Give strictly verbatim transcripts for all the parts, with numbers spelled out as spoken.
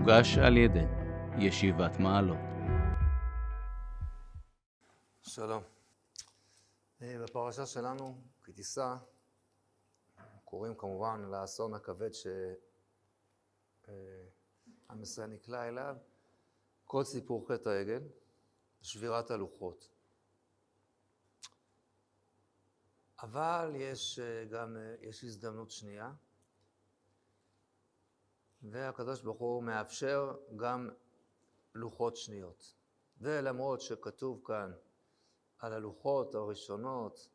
מוגש על ידי ישיבת מעלות. שלום. בפרשה שלנו, כי תישא, קוראים כמובן לאסון הכבד שעם ישראל נקלע אליו, כל סיפור חטא העגל, שבירת הלוחות. אבל יש גם, יש הזדמנות שנייה, והקדוש ברוך הוא מאפשר גם לוחות שניות. ולמרות שכתוב כאן על הלוחות הראשונות,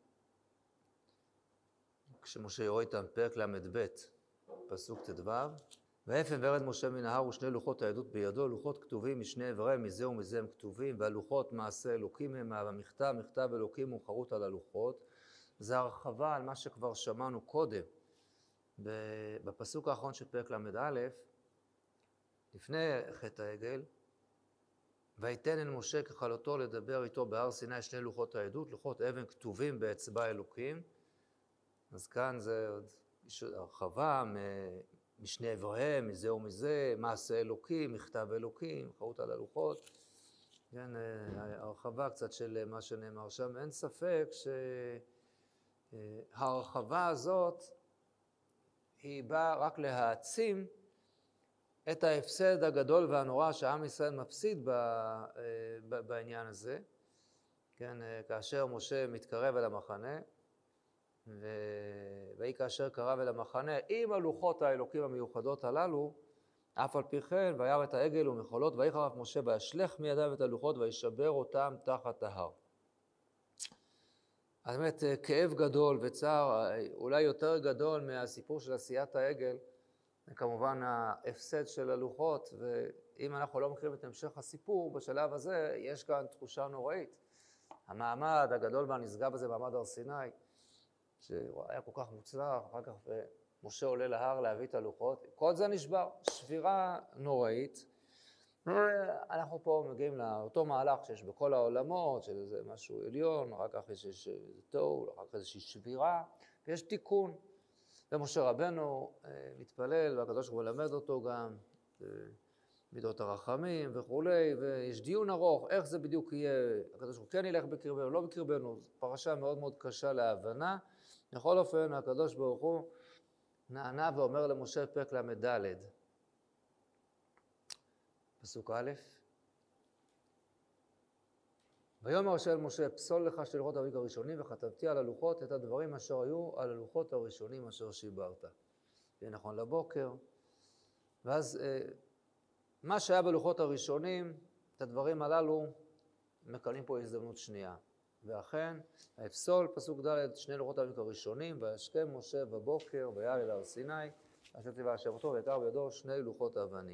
כשמשה יורה איתם פרק למד ב' פסוק ט"ו, ואפן ורד משה מן ההר ושני לוחות העדות בידו, לוחות כתובים משני עבריהם, מזה ומזה הם כתובים, והלוחות מעשה אלוקים הם, והמכתב, מכתב אלוקים הוא חרוט על הלוחות. זה הרחבה על מה שכבר שמענו קודם, בפסוק האחרון של פרק למד א', לפני חטא העגל, ויתן אל משה ככלותו לדבר איתו בהר סיני שני לוחות העדות, לוחות אבן כתובים באצבע אלוקים. אז כאן זה עוד הרחבה משני עבריהם, מזה ומזה, מעשה אלוקים, מכתב אלוקים, חרוט על הלוחות. כן, הרחבה קצת של מה שנאמר שם. אין ספק שההרחבה הזאת היא באה רק להעצים את ההפסד הגדול והנורא שעם ישראל מפסיד בעניין הזה. כן, כאשר משה מתקרב אל המחנה, והיא כאשר קרב אל המחנה עם הלוחות האלוקים המיוחדות הללו, אף על פי כן וירא את העגל ומחולות, ויחרף משה וישלך מידיו את הלוחות וישבר אותם תחת ההר. אז באמת כאב גדול וצער, אולי יותר גדול מהסיפור של עשיית העגל, כמובן ההפסד של הלוחות, ואם אנחנו לא מכירים את המשך הסיפור, בשלב הזה יש כאן תחושה נוראית. המעמד הגדול והנשגב הזה, מעמד הר סיני, שהיה כל כך מוצלח, אחר כך משה עולה להר להביא את הלוחות, כל זה נשבר, שבירה נוראית. אנחנו פה מגיעים לאותו מהלך שיש בכל העולמות, שזה משהו עליון, אחר כך יש תוהו, אחר כך איזושהי שבירה, ויש תיקון. ומשה רבנו מתפלל, והקדוש ברוך הוא מלמד אותו גם מידות הרחמים וכולי, ויש דיון ארוך, איך זה בדיוק יהיה, הקדוש ברוך הוא כן ילך בקרבנו, לא בקרבנו, זו פרשה מאוד מאוד קשה להבנה. בכל אופן, הקדוש ברוך הוא נענה ואומר למשה פרק למד ד', פסוק א', ויאמר השם אל משה, פסול לך שתי לוחות האבנים הראשונים, וכתבתי על הלוחות את הדברים אשר היו על הלוחות הראשונים אשר שיברת. זה נכון לבוקר. ואז מה שהיה בלוחות הראשונים, את הדברים הללו, מקבלים פה הזדמנות שנייה. ואכן, הפסול, פסוק ד', שני לוחות האבנים הראשונים, וישכם משה בבוקר, ויעל אל הר סיני, אשר ציווה השם אותו, ויקרא בידו שני לוחות האבנים.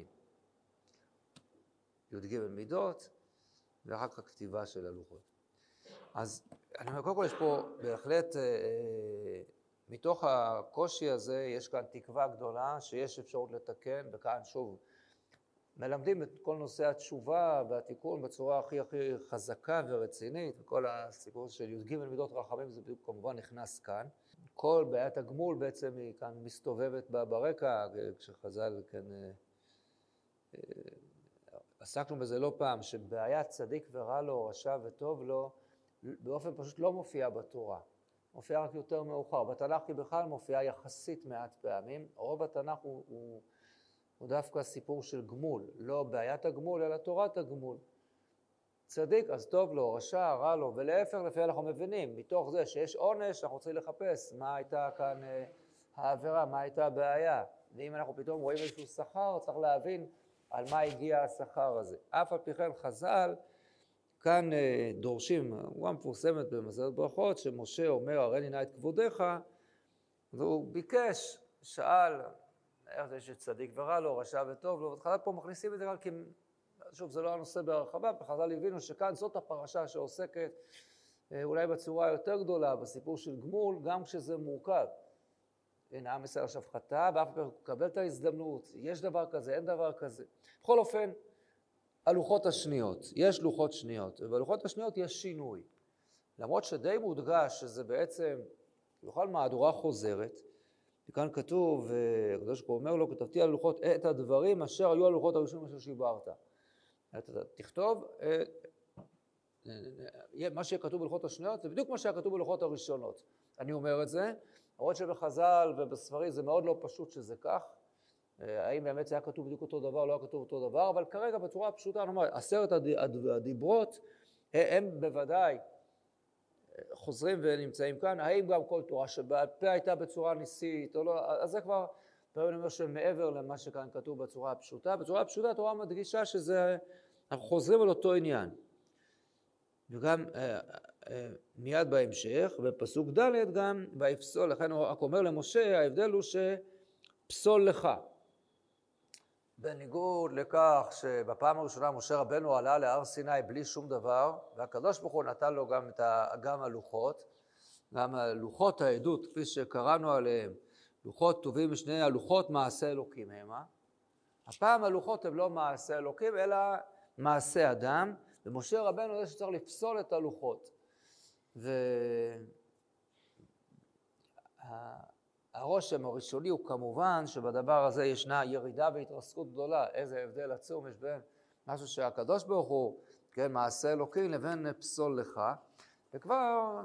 י"ג מידות, ואחר כך הכתיבה של הלוחות. אז אני אומר, קודם כל יש פה בהחלט, אה, אה, מתוך הקושי הזה, יש כאן תקווה גדולה שיש אפשרות לתקן, וכאן שוב, מלמדים את כל נושא התשובה והתיקון בצורה הכי הכי חזקה ורצינית, וכל הסיפור של י"ג מידות רחמים זה בדיוק כמובן נכנס כאן. כל בעיית הגמול בעצם היא כאן מסתובבת ברקע, כשחז"ל כן, אה, אה, עסקנו בזה לא פעם, שבעיית צדיק ורע לו, רשע וטוב לו, באופן פשוט לא מופיעה בתורה. מופיעה רק יותר מאוחר. בתנ"ך היא בכלל מופיעה יחסית מעט פעמים. רוב התנ"ך הוא, הוא, הוא דווקא סיפור של גמול. לא בעיית הגמול, אלא תורת הגמול. צדיק, אז טוב לו, רשע, רע לו, ולהפך לפי אנחנו מבינים. מתוך זה שיש עונש, אנחנו צריכים לחפש מה הייתה כאן אה, העבירה, מה הייתה הבעיה. ואם אנחנו פתאום רואים איזשהו שכר, צריך להבין על מה הגיע השכר הזה. אף על פי כן חז"ל, כאן דורשים, הוא מפורסמת במסכת ברכות, שמשה אומר, הראני נא את כבודך, והוא ביקש, שאל, איך זה שצדיק ורע לו, רשע וטוב לו, וחז"ל פה מכניסים את זה רק כי, שוב, זה לא הנושא בהרחבה, וחז"ל הבינו שכאן זאת הפרשה שעוסקת, אולי בצורה יותר גדולה, בסיפור של גמול, גם כשזה מורכב. הנה, עם ישראל עכשיו חטא, ואף פעם הוא מקבל את ההזדמנות, יש דבר כזה, אין דבר כזה. בכל אופן, הלוחות השניות, יש לוחות שניות, ובלוחות השניות יש שינוי. למרות שדי מודגש שזה בעצם, בכל מהדורה חוזרת, וכאן כתוב, הקדוש ברוך הוא אומר לו, כתבתי על לוחות את הדברים אשר היו הלוחות הראשונים אשר שיברת. תכתוב, מה שכתוב בלוחות השניות, זה בדיוק מה שהיה כתוב בלוחות הראשונות. אני אומר את זה, למרות שבחז"ל ובספרים זה מאוד לא פשוט שזה כך, האם באמת זה היה כתוב בדיוק אותו דבר, לא היה כתוב אותו דבר, אבל כרגע בצורה הפשוטה, אני אומר, עשרת הדיברות, הם בוודאי חוזרים ונמצאים כאן, האם גם כל תורה שבעל פה הייתה בצורה ניסית או לא, אז זה כבר, אני אומר שמעבר למה שכאן כתוב בצורה הפשוטה, בצורה הפשוטה התורה מדגישה שזה, אנחנו חוזרים על אותו עניין. וגם אה, אה, מיד בהמשך, בפסוק ד' גם, ויפסול, לכן הוא רק אומר למשה, ההבדל הוא שפסול לך. בניגוד לכך שבפעם הראשונה משה רבנו עלה להר סיני בלי שום דבר, והקדוש ברוך הוא נתן לו גם, את ה, גם הלוחות, גם הלוחות העדות, כפי שקראנו עליהם, לוחות טובים משני הלוחות מעשה אלוקים המה. הפעם הלוחות הם לא מעשה אלוקים, אלא מעשה אדם, ומשה רבנו זה שצריך לפסול את הלוחות. והרושם הראשוני הוא כמובן שבדבר הזה ישנה ירידה והתרסקות גדולה. איזה הבדל עצום יש בין משהו שהקדוש ברוך הוא, כן, מעשה אלוקי, לבין פסול לך. וכבר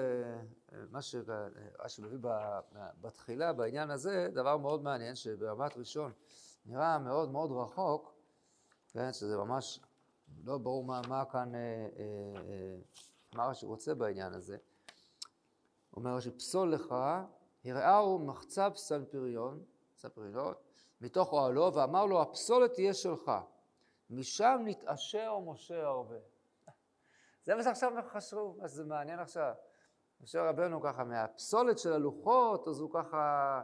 מה שמביא בתחילה בעניין הזה, דבר מאוד מעניין שברמת ראשון נראה מאוד מאוד רחוק, כן, שזה ממש לא ברור מה, מה כאן, אה, אה, מה שרוצה בעניין הזה. הוא אומר שפסול לך, הראהו מחצב סנפיריון, סנפיריון, מתוך אוהלו, ואמר לו, הפסולת תהיה שלך. משם נתעשר משה הרבה. זה מה שעכשיו חשוב, מה שזה מעניין עכשיו. משה רבנו ככה, מהפסולת של הלוחות, אז הוא ככה,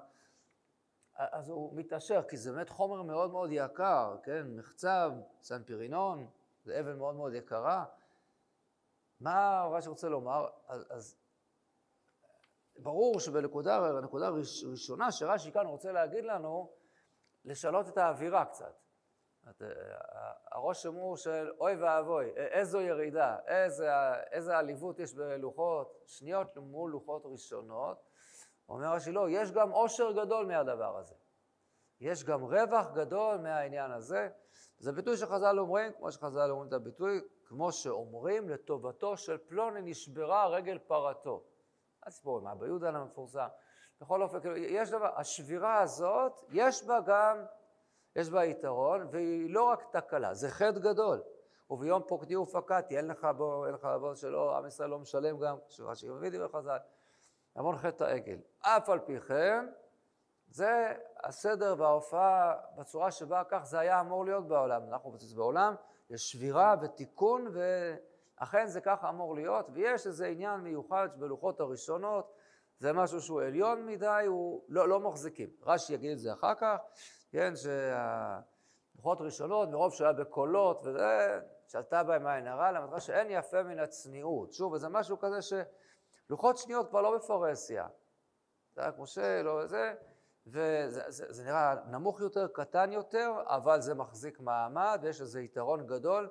אז הוא מתעשר, כי זה באמת חומר מאוד מאוד יקר, כן? מחצב, סנפירינון, זה אבן מאוד מאוד יקרה. מה הרב שרוצה לומר? אז, אז ברור שבנקודה הנקודה ראשונה שרש"י כאן רוצה להגיד לנו, לשנות את האווירה קצת. הרושם הוא של אוי ואבוי, איזו ירידה, איזה, איזה עליבות יש בלוחות שניות מול לוחות ראשונות. אומר רש"י, לא, יש גם עושר גדול מהדבר הזה. יש גם רווח גדול מהעניין הזה. זה ביטוי שחז"ל אומרים, כמו שחז"ל אומרים את הביטוי, כמו שאומרים, לטובתו של פלוני נשברה רגל פרתו. הסיפור עם אבא יהודה המפורסם. בכל אופן, יש דבר, השבירה הזאת, יש בה גם, יש בה יתרון, והיא לא רק תקלה, זה חטא גדול. וביום פוקדי ופקדתי, אין לך בו, אין לך בו שלא, עם ישראל לא משלם גם, שרש"י מביא דבר חז"ל, המון חטא העגל. אף על פי כן, זה הסדר וההופעה בצורה שבה כך זה היה אמור להיות בעולם. אנחנו בעולם, יש שבירה ותיקון, ואכן זה ככה אמור להיות, ויש איזה עניין מיוחד שבלוחות הראשונות, זה משהו שהוא עליון מדי, הוא לא, לא מחזיקים. רש"י יגיד את זה אחר כך, כן, שהלוחות הראשונות, מרוב שהיה בקולות, וזה, שלטה בהם העין הרע, למטרה שאין יפה מן הצניעות. שוב, זה משהו כזה שלוחות שניות כבר לא בפרהסיה. זה היה כמו שלא, זה, וזה זה, זה נראה נמוך יותר, קטן יותר, אבל זה מחזיק מעמד, ויש איזה יתרון גדול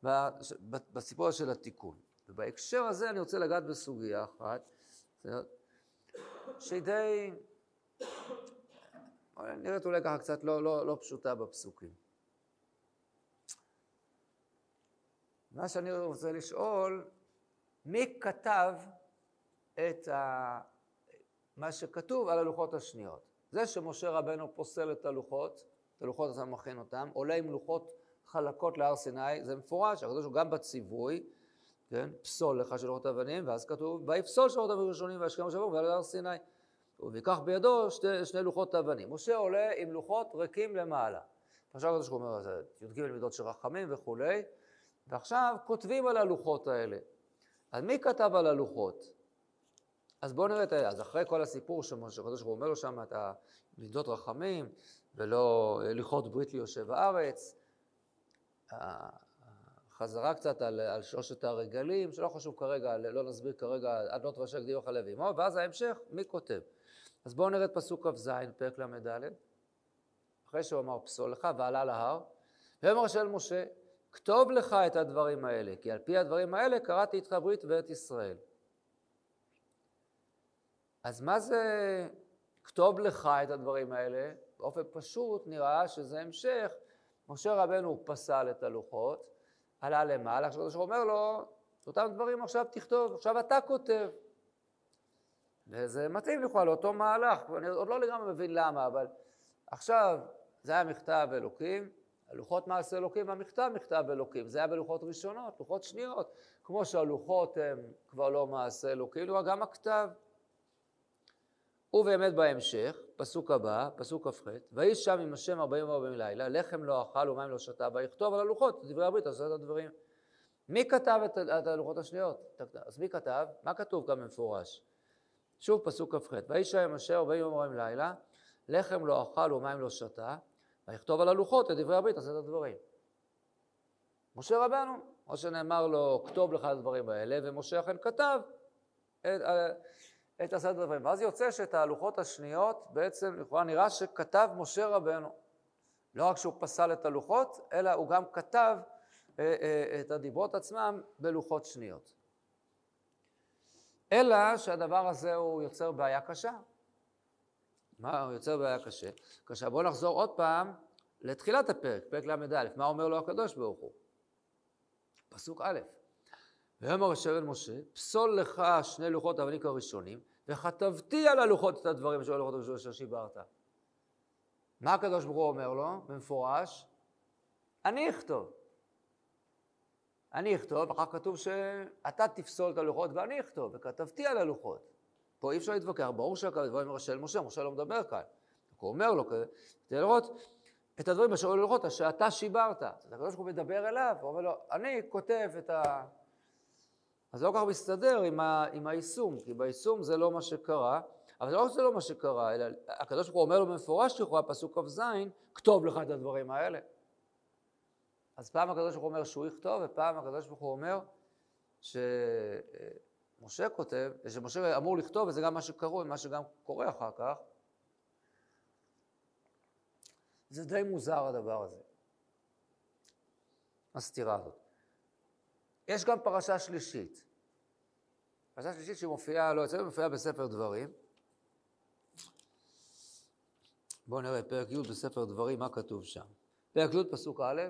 בסיפור של התיקון. ובהקשר הזה אני רוצה לגעת בסוגיה אחת, שהיא די, נראית אולי ככה קצת לא, לא, לא פשוטה בפסוקים. מה שאני רוצה לשאול, מי כתב את ה... מה שכתוב על הלוחות השניות? זה שמשה רבנו פוסל את הלוחות, את הלוחות הזה מכין אותם, עולה עם לוחות חלקות להר סיני, זה מפורש, הקדוש הוא גם בציווי, כן? פסול לך של לוחות אבנים, ואז כתוב, ויפסול של לוחות אבנים ראשונים והשכם השבור ועל הר סיני. ויקח בידו שתי, שני לוחות אבנים. משה עולה עם לוחות ריקים למעלה. עכשיו הקדוש הוא אומר, זה י"ג מידות של רחמים וכולי, ועכשיו כותבים על הלוחות האלה. אז מי כתב על הלוחות? אז בואו נראה את זה. אז אחרי כל הסיפור שהקדוש הוא אומר לו שם את מידות רחמים, ולא לוחות ברית ליושב הארץ, חזרה קצת על, על שלושת הרגלים, שלא חשוב כרגע, לא נסביר כרגע, עד לא תבשל גדי אוכל לוי אמו, ואז ההמשך, מי כותב? אז בואו נראה את פסוק כ"ז, פרק למד, אחרי שהוא אמר פסול לך ועלה להר, ואמר של משה, כתוב לך את הדברים האלה, כי על פי הדברים האלה קראתי איתך ברית ואת ישראל. אז מה זה כתוב לך את הדברים האלה, באופן פשוט נראה שזה המשך. משה רבנו פסל את הלוחות, עלה למעלה, עכשיו הוא אומר לו, אותם דברים עכשיו תכתוב, עכשיו אתה כותב. וזה מתאים לך לאותו מהלך, ואני עוד לא לגמרי מבין למה, אבל עכשיו זה היה מכתב אלוקים, הלוחות מעשה אלוקים והמכתב מכתב אלוקים, זה היה בלוחות ראשונות, לוחות שניות, כמו שהלוחות הם כבר לא מעשה אלוקים, אלא גם הכתב. ובאמת בהמשך, פסוק הבא, פסוק כ"ח, ויהי שם עם השם ארבעים וארבעים לילה, לחם לא אכל ומים לא שתה, ויכתוב על הלוחות, דברי הברית, עשה את הדברים. מי כתב את, את הלוחות השניות? אז מי כתב? מה כתוב כאן במפורש? שוב פסוק כ"ח, ויהי שם עם השם ארבעים וארבעים לילה, לחם לא אכל ומים לא שתה, ויכתוב על הלוחות את דברי הברית, עשה את הדברים. משה רבנו, או שנאמר לו, כתוב לך את הדברים האלה, ומשה אכן כתב את, את עשרת הדברים. ואז יוצא שאת הלוחות השניות, בעצם לכאורה נראה שכתב משה רבנו. לא רק שהוא פסל את הלוחות, אלא הוא גם כתב את הדיברות עצמם בלוחות שניות. אלא שהדבר הזה הוא יוצר בעיה קשה. מה הוא יוצר בעיה קשה? קשה. בואו נחזור עוד פעם לתחילת הפרק, פרק למד א', מה אומר לו הקדוש ברוך הוא? פסוק א', ויאמר השם אל משה, פסול לך שני לוחות אבנים כראשונים, וכתבתי על הלוחות את הדברים של הלוחות הראשונים אשר שיברת. מה הקדוש ברוך הוא אומר לו? במפורש, אני אכתוב. אני אכתוב, אחר כתוב שאתה תפסול את הלוחות ואני אכתוב, וכתבתי על הלוחות. פה אי אפשר להתווכח, ברור שהקדוש ברוך הוא משה, משה לא מדבר כאן. הוא אומר לו, כדי לראות את הדברים אשר ללוחות, שאתה שיברת. אז הקדוש ברוך הוא מדבר אליו, הוא אומר לו, אני כותב את ה... אז זה לא כך מסתדר עם, ה... עם היישום, כי ביישום זה לא מה שקרה, אבל זה לא זה לא מה שקרה, אלא הקדוש ברוך הוא אומר לו במפורש, לכאורה פסוק כ"ז, כתוב לך את הדברים האלה. אז פעם הקדוש ברוך הוא אומר שהוא יכתוב, ופעם הקדוש ברוך הוא אומר שמשה כותב, שמשה אמור לכתוב, וזה גם מה שקראו, מה שגם קורה אחר כך. זה די מוזר הדבר הזה, הסתירה הזאת. יש גם פרשה שלישית. פרשה שלישית שמופיעה, לא יוצא, מופיעה בספר דברים. בואו נראה, פרק י' בספר דברים, מה כתוב שם. פרק י' פסוק א',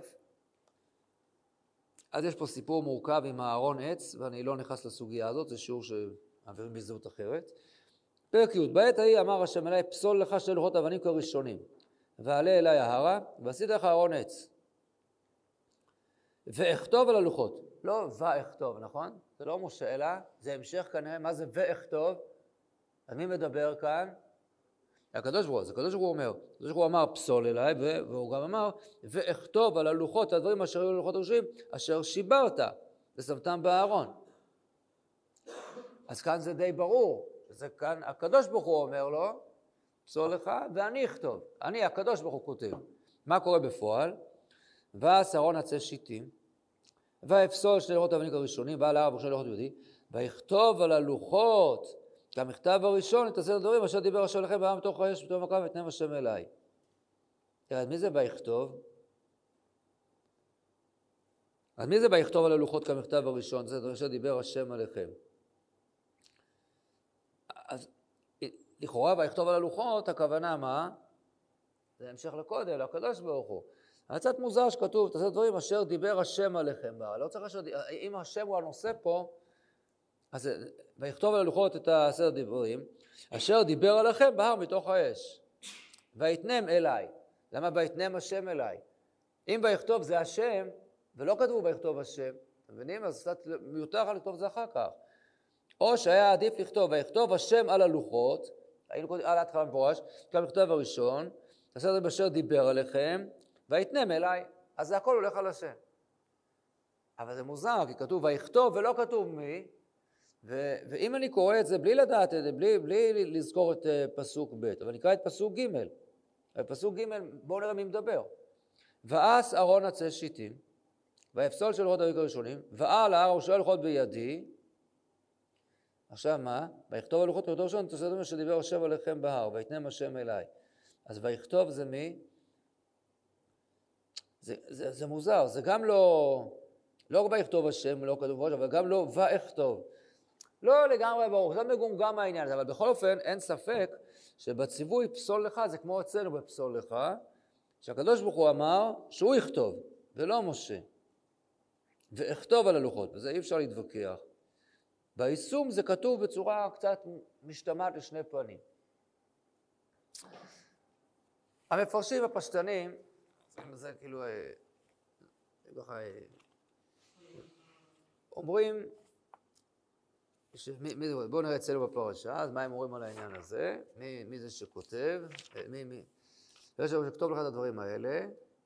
אז יש פה סיפור מורכב עם הארון עץ, ואני לא נכנס לסוגיה הזאת, זה שיעור שמעבירים בהזדמנות אחרת. פרק י', בעת ההיא אמר השם אליי, פסול לך שני לוחות אבנים כראשונים, ועלה אליי ההרה, ועשית לך ארון עץ. ואכתוב על הלוחות. לא ואכתוב, נכון? זה לא משה, אלא זה המשך כנראה, מה זה ואכתוב? אז מי מדבר כאן? הקדוש ברוך הוא, זה הקדוש ברוך הוא אומר, הקדוש ברוך הוא אמר פסול אליי, והוא גם אמר, ואכתוב על הלוחות, הדברים אשר היו ללוחות הראשונים, אשר שיברת, ושמתם בארון. אז כאן זה די ברור, שזה כאן הקדוש ברוך הוא אומר לו, פסול לך, ואני אכתוב. אני, הקדוש ברוך הוא כותב. מה קורה בפועל? ועש ארון עצי שיטים, ויפסול שני לוחות אבנים הראשונים, ועל ההר ושני לוחות יהודי, ויכתוב על הלוחות, כמכתב הראשון, את עשרת הדברים, אשר דיבר השם לכם בעם בתוך האש, בתוך המקום, ותנם השם אליי. תראה, מי זה ויכתוב? אז מי זה ויכתוב על הלוחות כמכתב הראשון? זה אשר דיבר השם עליכם. אז לכאורה ויכתוב על הלוחות, הכוונה מה? זה המשך לקודם, לקדוש ברוך הוא. קצת מוזר שכתוב, תעשה דברים אשר דיבר השם עליכם. לא צריך אשר, אם השם הוא הנושא פה, אז ויכתוב על הלוחות את עשרת הדיבורים, אשר דיבר עליכם בהר מתוך האש. ויתנם אליי. למה ויתנם השם אליי? אם ויכתוב זה השם, ולא כתבו ויכתוב השם, אתם מבינים? אז קצת מיותר לכתוב זה אחר כך. או שהיה עדיף לכתוב, ויכתוב השם על הלוחות, היינו על ההתחלה מפורש, כמכתב הראשון, עשרת הדיבורים אשר דיבר עליכם, ויתנם אליי, אז זה הכל הולך על השם. אבל זה מוזר, כי כתוב ויכתוב ולא כתוב מי, ו- ואם אני קורא את זה בלי לדעת את זה, בלי, בלי לזכור את uh, פסוק ב', אבל אני אקרא את פסוק ג', פסוק ג', בואו נראה מי מדבר. ועש ארון עצי שיטים, ויפסול של לוחות אבנים הראשונים, ועל ההר ושל לוחות בידי, עכשיו מה? ויכתוב על לוחות הראשון, תעשה דברים שדיבר השם עליכם בהר, ויתנם השם אליי. אז ויכתוב זה מי? זה, זה, זה מוזר, זה גם לא, לא ויכתוב השם, לא כתוב ראש, אבל גם לא ואכתוב. לא לגמרי ברור, זה מגומגם העניין הזה, אבל בכל אופן אין ספק שבציווי פסול לך זה כמו אצלנו בפסול לך, שהקדוש ברוך הוא אמר שהוא יכתוב, ולא משה. ואכתוב על הלוחות, וזה אי אפשר להתווכח. ביישום זה כתוב בצורה קצת משתמעת לשני פנים. המפרשים הפשטנים, זה כאילו, ככה, אומרים, שמי, מי, בואו נראה אצלנו בפרשה, אז מה הם אומרים על העניין הזה? מי, מי זה שכותב? מי, מי? יש לנו שכתוב לך את הדברים האלה.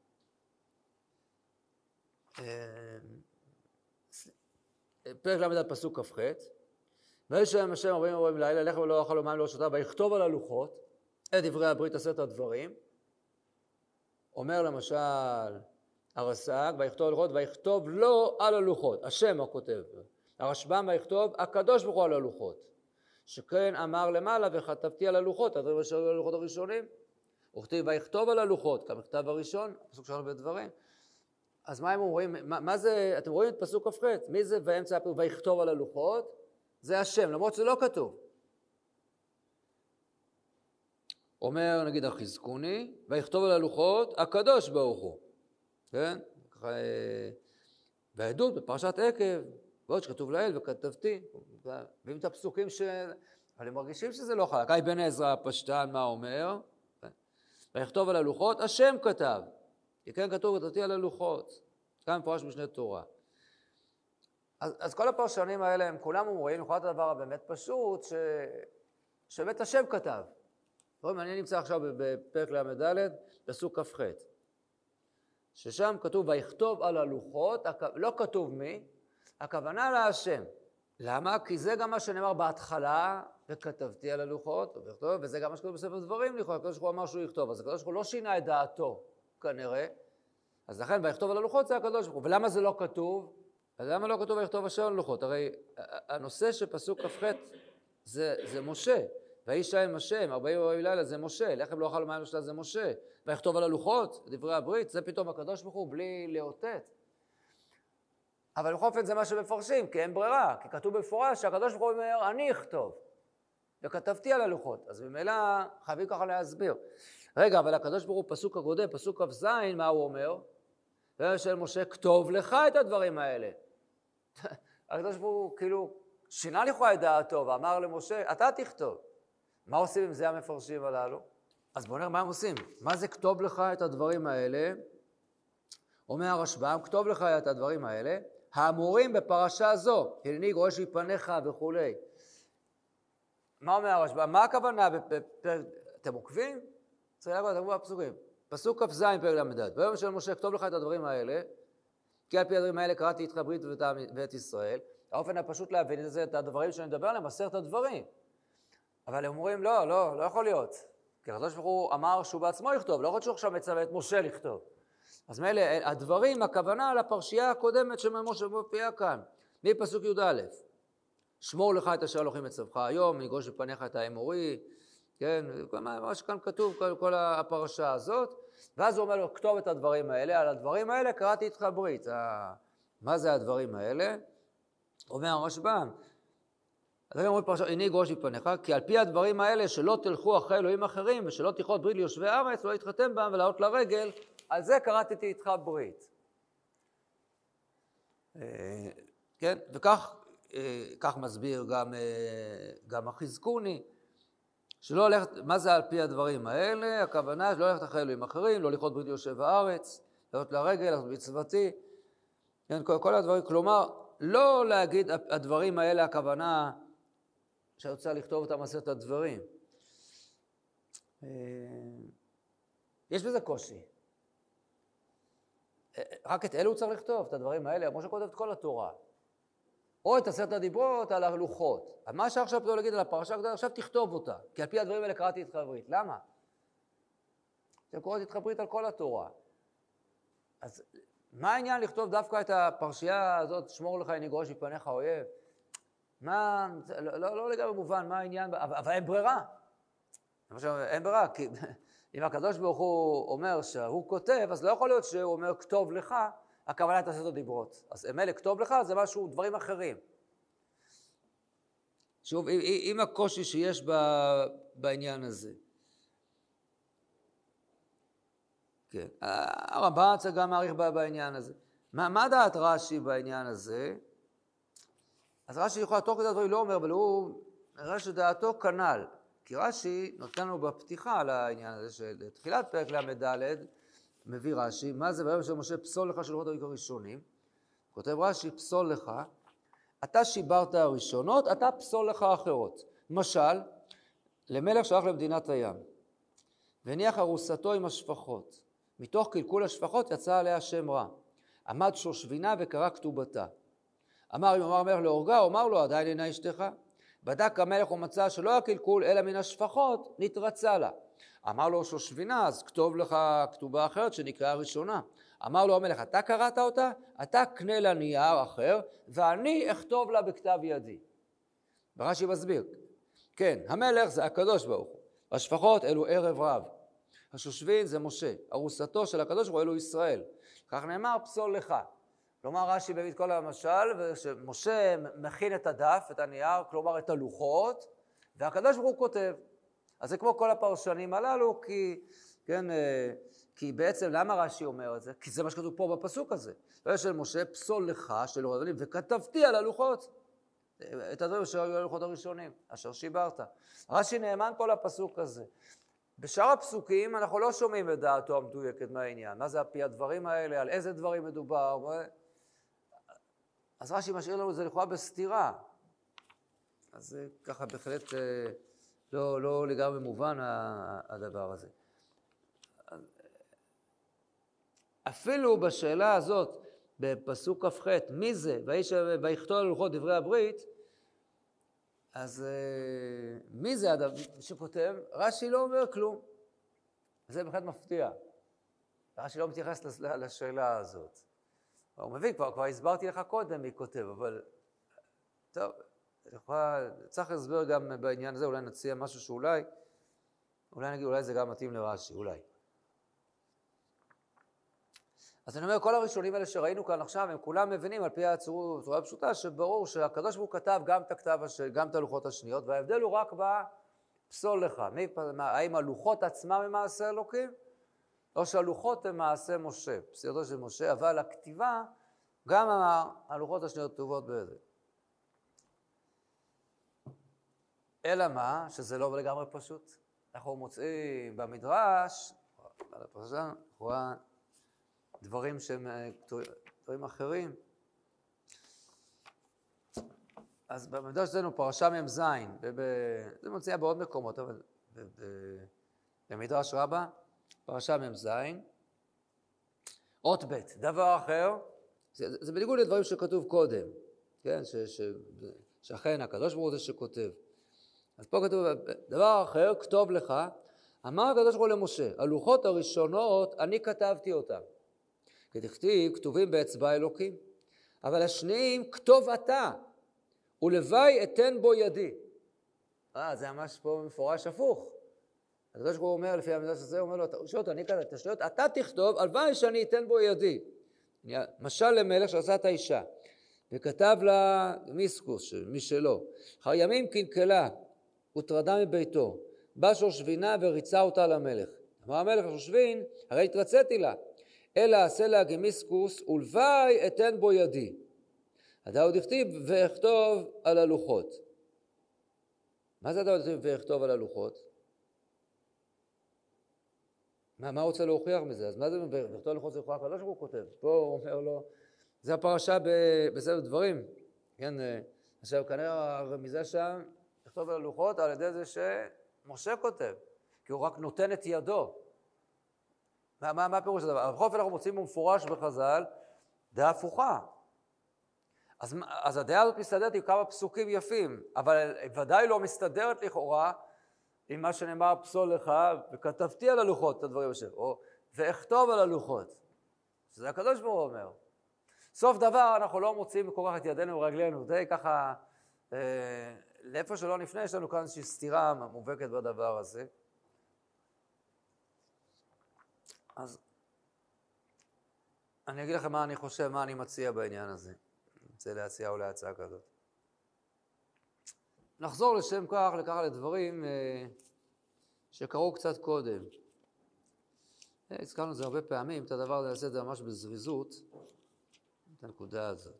פרק למד פסוק כ"ח. וישב השם ארבעים ארבעים לילה, לחם ולא אכל ומים ולא שתה, ויכתוב על הלוחות את דברי הברית עשרת הדברים. אומר למשל הרס"ג, ויכתוב על הלוחות, ויכתוב לו על הלוחות. השם הכותב. הרשב"ם ויכתוב הקדוש ברוך הוא על הלוחות. שכן אמר למעלה וכתבתי על הלוחות, הדברים אשר היו על הלוחות הראשונים. וכתיב ויכתוב על הלוחות, כמכתב הראשון, פסוק שלנו בדברים. אז מה הם אומרים? מה, מה זה, אתם רואים את פסוק כ"ח? מי זה באמצע הפרק ויכתוב על הלוחות? זה השם, למרות שזה לא כתוב. אומר נגיד החזקוני, ויכתוב על הלוחות הקדוש ברוך הוא. כן? והעדות בפרשת עקב, ועוד שכתוב לאל וכתבתי. ואם את הפסוקים ש... אבל הם מרגישים שזה לא חלק. אבן עזרא הפשטן מה אומר? ויכתוב על הלוחות, השם כתב. כי כן כתוב, כתבתי על הלוחות. כאן מפורש משנה תורה. אז, אז כל הפרשנים האלה, הם כולם אומרים, לכל הדבר הבאמת פשוט, ש... שבית השם כתב. רואים, אני נמצא עכשיו בפרק למד, פסוק כ"ח. ששם כתוב, ויכתוב על הלוחות, לא כתוב מי, הכוונה להשם. למה? כי זה גם מה שנאמר בהתחלה, וכתבתי על הלוחות, וזה גם מה שכתוב בספר דברים, לכאורה, הקדוש ברוך הוא אמר שהוא יכתוב, אז הקדוש ברוך הוא לא שינה את דעתו, כנראה. אז לכן, ויכתוב על הלוחות זה הקדוש ברוך הוא. ולמה זה לא כתוב? אז למה לא כתוב ויכתוב השם על הלוחות? הרי הנושא של פסוק כ"ח זה, זה משה. ואיש להם השם, ארבעים ארבעים לילה זה משה, לחם לא אכל ומים לא שתה זה משה. ויכתוב על הלוחות, דברי הברית, זה פתאום הקדוש ברוך הוא בלי לאותת. אבל בכל אופן זה מה שמפרשים, כי אין ברירה, כי כתוב בפורש שהקדוש ברוך הוא אומר, אני אכתוב, וכתבתי על הלוחות. אז ממילא חייבים ככה להסביר. רגע, אבל הקדוש ברוך הוא פסוק הקודם, פסוק כ"ז, מה הוא אומר? ואומר של משה, כתוב לך את הדברים האלה. הקדוש ברוך הוא כאילו שינה לך את דעתו ואמר למשה, אתה תכתוב. מה עושים עם זה המפרשים הללו? אז בואו נראה מה הם עושים. מה זה כתוב לך את הדברים האלה? אומר הרשב"ם, כתוב לך את הדברים האלה, האמורים בפרשה זו, הנני גורש מפניך וכו'. מה אומר הרשב"ם? מה הכוונה בפרק, אתם עוקבים? צריך להגיד, תגבו בפסוקים. פסוק כ"ז פרק למד. ביום של משה, כתוב לך את הדברים האלה, כי על פי הדברים האלה קראתי איתך ברית ואת ישראל. האופן הפשוט להבין את זה, את הדברים שאני מדבר עליהם, עשרת הדברים. אבל הם אומרים, לא, לא, לא יכול להיות. כי הקדוש ברוך הוא אמר שהוא בעצמו יכתוב, לא יכול שהוא עכשיו מצווה את משה לכתוב. אז מאלה, הדברים, הכוונה לפרשייה הקודמת שמשה מופיעה כאן, מפסוק י"א. שמור לך את אשר אלוהים מצווך היום, יגוש בפניך את האמורי, כן, מה שכאן כתוב, כל, כל הפרשה הזאת, ואז הוא אומר לו, כתוב את הדברים האלה, על הדברים האלה קראתי איתך ברית. מה זה הדברים האלה? אומר הרשב"ם, הדברים אומרים פרשה, הנה יגוש מפניך, כי על פי הדברים האלה שלא תלכו אחרי אלוהים אחרים, ושלא תכרות ברית ליושבי הארץ, לא להתחתן בהם ולעלות לרגל, על זה קראתי איתך ברית. כן, וכך כך מסביר גם, גם החזקוני, שלא הולכת, מה זה על פי הדברים האלה? הכוונה שלא הולכת אחרי אלוהים אחרים, לא לכרות ברית ליושב הארץ, לעלות לרגל, לעשות מצוותי, כן, כל, כל הדברים, כלומר, לא להגיד הדברים האלה, הכוונה שאני רוצה לכתוב אותם עשרת הדברים. יש בזה קושי. רק את אלו צריך לכתוב, את הדברים האלה, כמו שכותב את כל התורה. או את עשרת הדיברות על הלוחות. מה שעכשיו פתאום להגיד על הפרשה, עכשיו תכתוב אותה, כי על פי הדברים האלה קראתי איתך ברית. למה? אתם קוראים איתך ברית על כל התורה. אז מה העניין לכתוב דווקא את הפרשייה הזאת, שמור לך הנה גורש מפניך האויב? מה, לא, לא, לא לגמרי מובן, מה העניין, אבל, אבל אין ברירה. למשל, אין ברירה, כי אם הקדוש ברוך הוא אומר שהוא כותב, אז לא יכול להיות שהוא אומר כתוב לך, הכוונה את עשרת הדיברות. אז אלה כתוב לך זה משהו, דברים אחרים. שוב, עם הקושי שיש בעניין הזה. כן, הרמב"ן צריך גם מעריך בעניין הזה. מה, מה דעת רש"י בעניין הזה? אז רש"י יכול תוך כדי הדברים לא אומר, אבל הוא נראה שדעתו כנ"ל. כי רש"י נותן לנו בפתיחה על העניין הזה, שלתחילת פרק למד מביא רש"י, מה זה ביום של משה פסול לך של לוחות הראשונים? כותב רש"י, פסול לך, אתה שיברת הראשונות, אתה פסול לך האחרות. למשל, למלך שהלך למדינת הים, והניח ארוסתו עם השפחות. מתוך קלקול השפחות יצא עליה שם רע. עמד שושבינה וקרא כתובתה. אמר אם אמר המלך להורגה, אמר לו עדיין אינה אשתך. בדק המלך ומצא שלא הקלקול אלא מן השפחות נתרצה לה. אמר לו שושבינה, אז כתוב לך כתובה אחרת שנקראה ראשונה. אמר לו המלך, אתה קראת אותה? אתה קנה לה נייר אחר ואני אכתוב לה בכתב ידי. ורש"י מסביר. כן, המלך זה הקדוש ברוך הוא. השפחות אלו ערב רב. השושבין זה משה. ארוסתו של הקדוש ברוך הוא אלו ישראל. כך נאמר פסול לך. כלומר רש"י מביא את כל המשל, ושמשה מכין את הדף, את הנייר, כלומר את הלוחות, והקדוש ברוך הוא כותב. אז זה כמו כל הפרשנים הללו, כי, כן, כי בעצם למה רש"י אומר את זה? כי זה מה שכתוב פה בפסוק הזה. של משה פסול לך, של רבנים, וכתבתי על הלוחות. את הדברים שהיו על הלוחות הראשונים, אשר שיברת. רש"י נאמן פה לפסוק הזה. בשאר הפסוקים אנחנו לא שומעים את דעתו המדויקת מהעניין. מה זה הפי הדברים האלה? על איזה דברים מדובר? אז רש"י משאיר לנו את זה לכאורה בסתירה. אז זה ככה בהחלט לא, לא לגמרי מובן הדבר הזה. אפילו בשאלה הזאת, בפסוק כ"ח, מי זה? ויכתוב על לוחות דברי הברית, אז מי זה הדבר שכותב? רש"י לא אומר כלום. זה בהחלט מפתיע. רש"י לא מתייחס לשאלה הזאת. הוא מבין, כבר, כבר הסברתי לך קודם מי כותב, אבל טוב, צריך להסבר גם בעניין הזה, אולי נציע משהו שאולי, אולי נגיד, אולי זה גם מתאים לרש"י, אולי. אז אני אומר, כל הראשונים האלה שראינו כאן עכשיו, הם כולם מבינים על פי הצורה הפשוטה, שברור שהקדוש ברוך הוא כתב גם את הכתב, גם את הלוחות השניות, וההבדל הוא רק בפסול לך. מי, האם הלוחות עצמם הם מעשה אלוקים? או שהלוחות הם מעשה משה, פסילתו של משה, אבל הכתיבה, גם הלוחות השניות כתובות בזה. אלא מה? שזה לא לגמרי פשוט. אנחנו מוצאים במדרש, על הפרשה, רואה דברים שהם דברים אחרים. אז במדרש שלנו פרשה מ"ם זין, זה מוציאה בעוד מקומות, אבל במדרש רבה, פרשה מ"ם זין, אות ב', דבר אחר, זה, זה בניגוד לדברים שכתוב קודם, כן, ש, ש, שאכן הקדוש ברוך הוא זה שכותב. אז פה כתוב, דבר אחר, כתוב לך, אמר הקדוש ברוך הוא למשה, הלוחות הראשונות, אני כתבתי אותם. כתכתיב, כתובים באצבע אלוקים, אבל השניים, כתוב אתה, ולוואי אתן בו ידי. אה, זה ממש פה מפורש הפוך. הקדוש ברוך הוא אומר, לפי המדרש הזה, הוא אומר לו, שואל אותו, אני כתבתי את השניות, אתה תכתוב, הלוואי שאני אתן בו ידי. משל למלך שעשה את האישה, וכתב לה מיסקוס, מי שלא, אחר ימים קלקלה, וטרדה מביתו, בא שושבינה וריצה אותה למלך. אמר המלך לשושבין, הרי התרציתי לה, אלא עשה לה גמיסקוס, ולוואי אתן בו ידי. הדאוד הכתיב ואכתוב על הלוחות. מה זה הדאוד הכתיב ואכתוב על הלוחות? מה, מה רוצה להוכיח מזה? אז מה זה ואכתוב על הלוחות זה הוכיח? לא שהוא כותב. פה הוא אומר לו, זה הפרשה בספר דברים. כן, עכשיו כנראה הרמיזה שם, לכתוב על הלוחות על ידי זה שמשה כותב, כי הוא רק נותן את ידו. מה, מה, מה הפירוש הדבר? בכל אנחנו מוצאים במפורש בחז"ל, דעה הפוכה. אז, אז הדעה הזאת מסתדרת עם כמה פסוקים יפים, אבל ודאי לא מסתדרת לכאורה עם מה שנאמר פסול לך, וכתבתי על הלוחות את הדברים השם, או ואכתוב על הלוחות. שזה הקדוש ברוך הוא אומר. סוף דבר אנחנו לא מוצאים מכורח את ידינו ורגלינו, די ככה, אה, לאיפה שלא נפנה, יש לנו כאן איזושהי סתירה מובהקת בדבר הזה. אז אני אגיד לכם מה אני חושב, מה אני מציע בעניין הזה. אני רוצה להציע אולי הצעה כזאת. נחזור לשם כך, לכך לדברים אה, שקראו קצת קודם. אה, הזכרנו את זה הרבה פעמים, את הדבר הזה נעשה את זה ממש בזריזות, את הנקודה הזאת.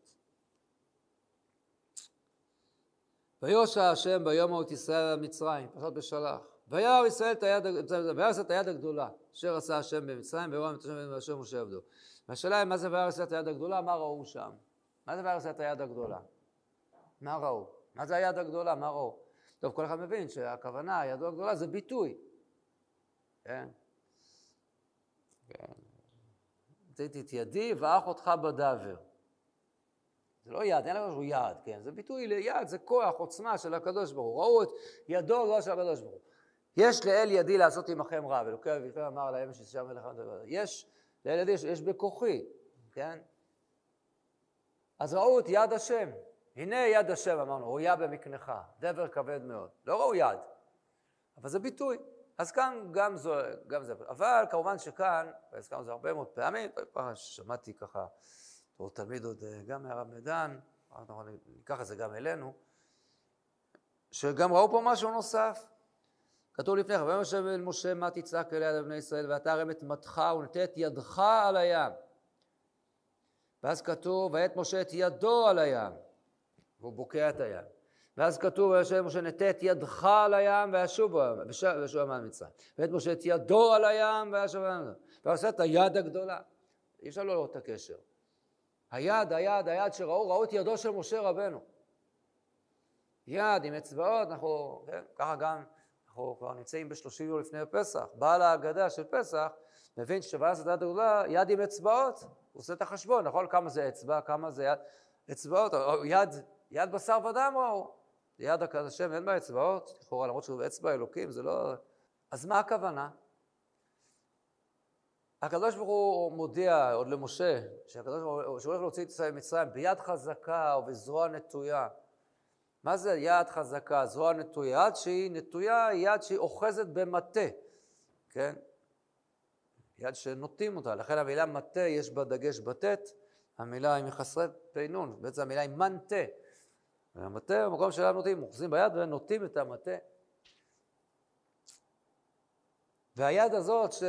ויושע השם ביום ההוא את ישראל במצרים, פרשת בשלח. וירא ישראל את היד, וירא ישראל את היד הגדולה, אשר עשה השם במצרים, וירא את השם באשר משה עבדו. והשאלה היא, מה זה וירא ישראל את היד הגדולה? מה ראו שם? מה זה וירא ישראל את היד הגדולה? מה ראו? מה זה היד הגדולה? מה ראו? טוב, כל אחד מבין שהכוונה, היד הגדולה, זה ביטוי. כן? כן. תיתי את ידי ואח אותך בדבר. זה לא יד, אין לנו יד, כן? זה ביטוי ליד, זה כוח, עוצמה של הקדוש ברוך הוא. ראו את ידו לא של הקדוש ברוך הוא. יש לאל ידי לעשות עמכם רע, ולוקח אביכם אמר להם ששם מלאכה דבר. יש לאל ידי, יש בכוחי, כן? אז ראו את יד השם. הנה יד השם, אמרנו, ראויה במקנך, דבר כבד מאוד. לא ראו יד, אבל זה ביטוי. אז כאן גם, זו, גם זה. אבל כמובן שכאן, והזכרנו זה הרבה מאוד פעמים, שמעתי ככה, או תלמיד עוד גם מהרב מדן, ניקח את זה גם אלינו, שגם ראו פה משהו נוסף. כתוב לפני כן, ויאמר השם אל משה מה תצעק אל יד בני ישראל, ואתה הרם את מטך ונטה את ידך על הים. ואז כתוב, ואת משה את ידו על הים, והוא בוקע את הים. ואז כתוב, ויאמר משה נטה את ידך על הים וישוב מעל מצרים. ואת משה את ידו על הים וישוב מעל מצרים. ועושה את היד הגדולה. אי אפשר לא לראות את הקשר. היד, היד, היד שראו, ראו את ידו של משה רבנו. יד עם אצבעות, אנחנו, כן, ככה גם, אנחנו כבר נמצאים בשלושים יום לפני הפסח. בעל ההגדה של פסח, מבין שוויעש את היד הגדולה, יד עם אצבעות, הוא עושה את החשבון, נכון? כמה זה אצבע, כמה זה יד, אצבעות, יד, יד בשר ודם ראו. יד השם אין בה אצבעות, לכאורה, למרות שהוא אצבע אלוקים, זה לא... אז מה הכוונה? הקדוש ברוך הוא מודיע עוד למשה, שהקדוש ברוך הוא שהולך להוציא את ישראל ממצרים ביד חזקה ובזרוע נטויה. מה זה יד חזקה, זרוע נטויה? יד שהיא נטויה היא יד שהיא אוחזת במטה, כן? יד שנוטים אותה, לכן המילה מטה יש בה דגש בטט, המילה היא מחסרי פינון, בעצם המילה היא מנטה. והמטה במקום שלנו נוטים, אוחזים ביד ונוטים את המטה. והיד הזאת ש...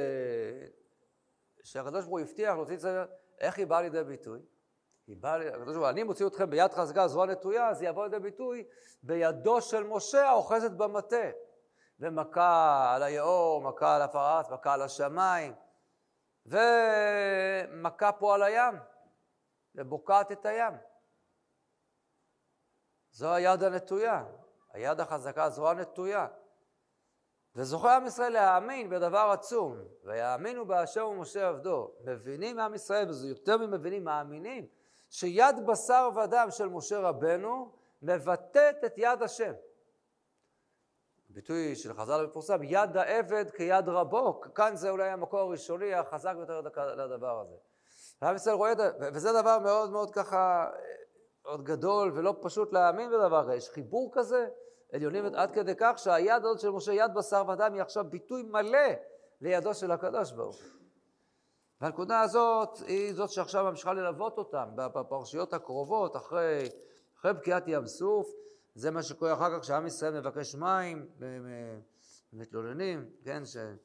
שהקדוש ברוך הוא הבטיח להוציא את זה, איך היא באה לידי ביטוי? היא באה, הקדוש ברוך הוא, אני מוציא אתכם ביד חזקה, זרוע נטויה, אז היא יבוא לידי ביטוי בידו של משה האוחזת במטה. ומכה על היאור, מכה על הפרץ, מכה על השמיים, ומכה פה על הים, ובוקעת את הים. זו היד הנטויה, היד החזקה, זרוע נטויה. וזוכה עם ישראל להאמין בדבר עצום, ויאמינו בהשם ומשה עבדו. מבינים עם ישראל, וזה יותר ממבינים, מאמינים, שיד בשר ודם של משה רבנו מבטאת את יד השם. ביטוי של חז"ל מפורסם, יד העבד כיד רבו, כאן זה אולי המקור הראשוני החזק ביותר לדבר הזה. ועם ישראל רואה את זה, וזה דבר מאוד מאוד ככה, מאוד גדול ולא פשוט להאמין בדבר הזה. יש חיבור כזה, עליונים עד כדי כך שהיד הזאת של משה, יד בשר ודם, היא עכשיו ביטוי מלא לידו של הקדוש ברוך הוא. והנקודה הזאת היא זאת שעכשיו ממשיכה ללוות אותם בפרשיות הקרובות, אחרי, אחרי בקיעת ים סוף. זה מה שקורה אחר כך שעם ישראל מבקש מים, ומתלוננים, כן,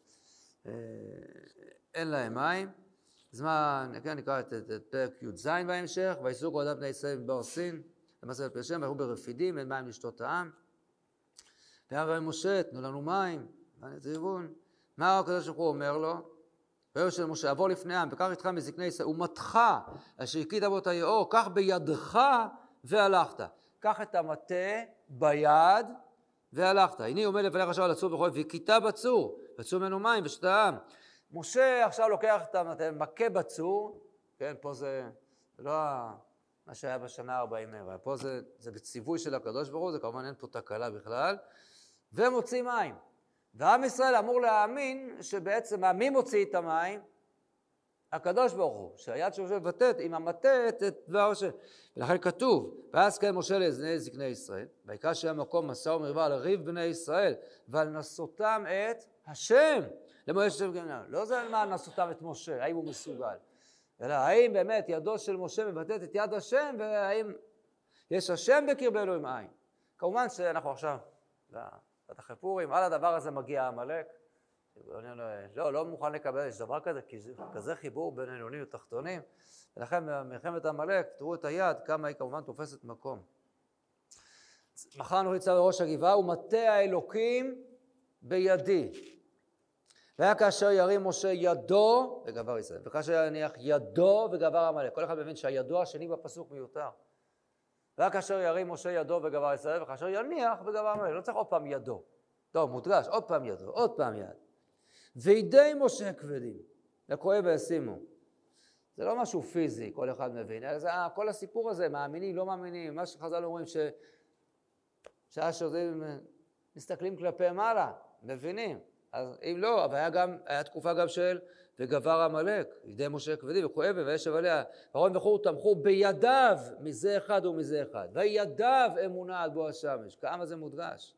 שאין להם מים. זמן, כן, נקרא את, את, את פרק י' ז' בהמשך, ויסעו כל עדת בני ישראל במדבר סין, למעשה על פי השם, והיו ברפידים, אין מים לשתות העם. ואמר משה, תנו לנו מים, ונציבון. מה הקדוש ברוך הוא אומר לו? ויאמר של משה, עבור לפני העם, וקח איתך מזקני ישראל, ומתך, אשר הכית בו את היאור, קח בידך והלכת. קח את המטה ביד והלכת. הנה עומד לפניך עכשיו על הצור בחול, והכית בצור, וצור ממנו מים ושתה העם. משה עכשיו לוקח את המטה, מכה בצור, כן, פה זה, זה לא מה שהיה בשנה ארבעים, פה זה, זה בציווי של הקדוש ברוך הוא, זה כמובן אין פה תקלה בכלל, ומוציא מים. ועם ישראל אמור להאמין שבעצם מי מוציא את המים? הקדוש ברוך הוא, שהיד של משה מבטאת עם המטה את דבר השם. ולכן כתוב, ואז כן משה לאזני זקני ישראל, ויקרא שם מקום משא ומריבה על ריב בני ישראל, ועל נסותם את השם. למה יש שם גמלה? לא זה מה נסותם את משה, האם הוא מסוגל, אלא האם באמת ידו של משה מבטאת את יד השם, והאם יש השם בקרבנו עם עין. כמובן שאנחנו עכשיו, אחרי פורים, על הדבר הזה מגיע עמלק. לא, לא מוכן לקבל, יש דבר כזה, כי זה כזה חיבור בין עליונים ותחתונים, ולכן במלחמת עמלק, תראו את היד, כמה היא כמובן תופסת מקום. מחר אנוכי ניצב בראש הגבעה, ומטה האלוקים בידי. והיה כאשר ירים משה ידו וגבר ישראל, וכאשר יניח ידו וגבר עמלק. כל אחד מבין שהידו השני בפסוק מיותר. והיה כאשר ירים משה ידו וגבר ישראל, וכאשר יניח וגבר עמלק. לא צריך עוד פעם ידו. טוב, מודגש, עוד פעם ידו, עוד פעם יד. וידי משה כבדים, לקרואי וישימו. זה לא משהו פיזי, כל אחד מבין. אלא זה, כל הסיפור הזה, מאמינים, לא מאמינים, מה שחז"ל אומרים ש... שעה שעושים, מסתכלים כלפי מעלה, מבינים. אז אם לא, אבל היה גם, היה תקופה גם של וגבר עמלק, ידי משה כבדים וכואב וישב עליה, פרעה וחור תמכו בידיו מזה אחד ומזה אחד, וידיו אמונה עד בוא השמש, כמה זה מודגש.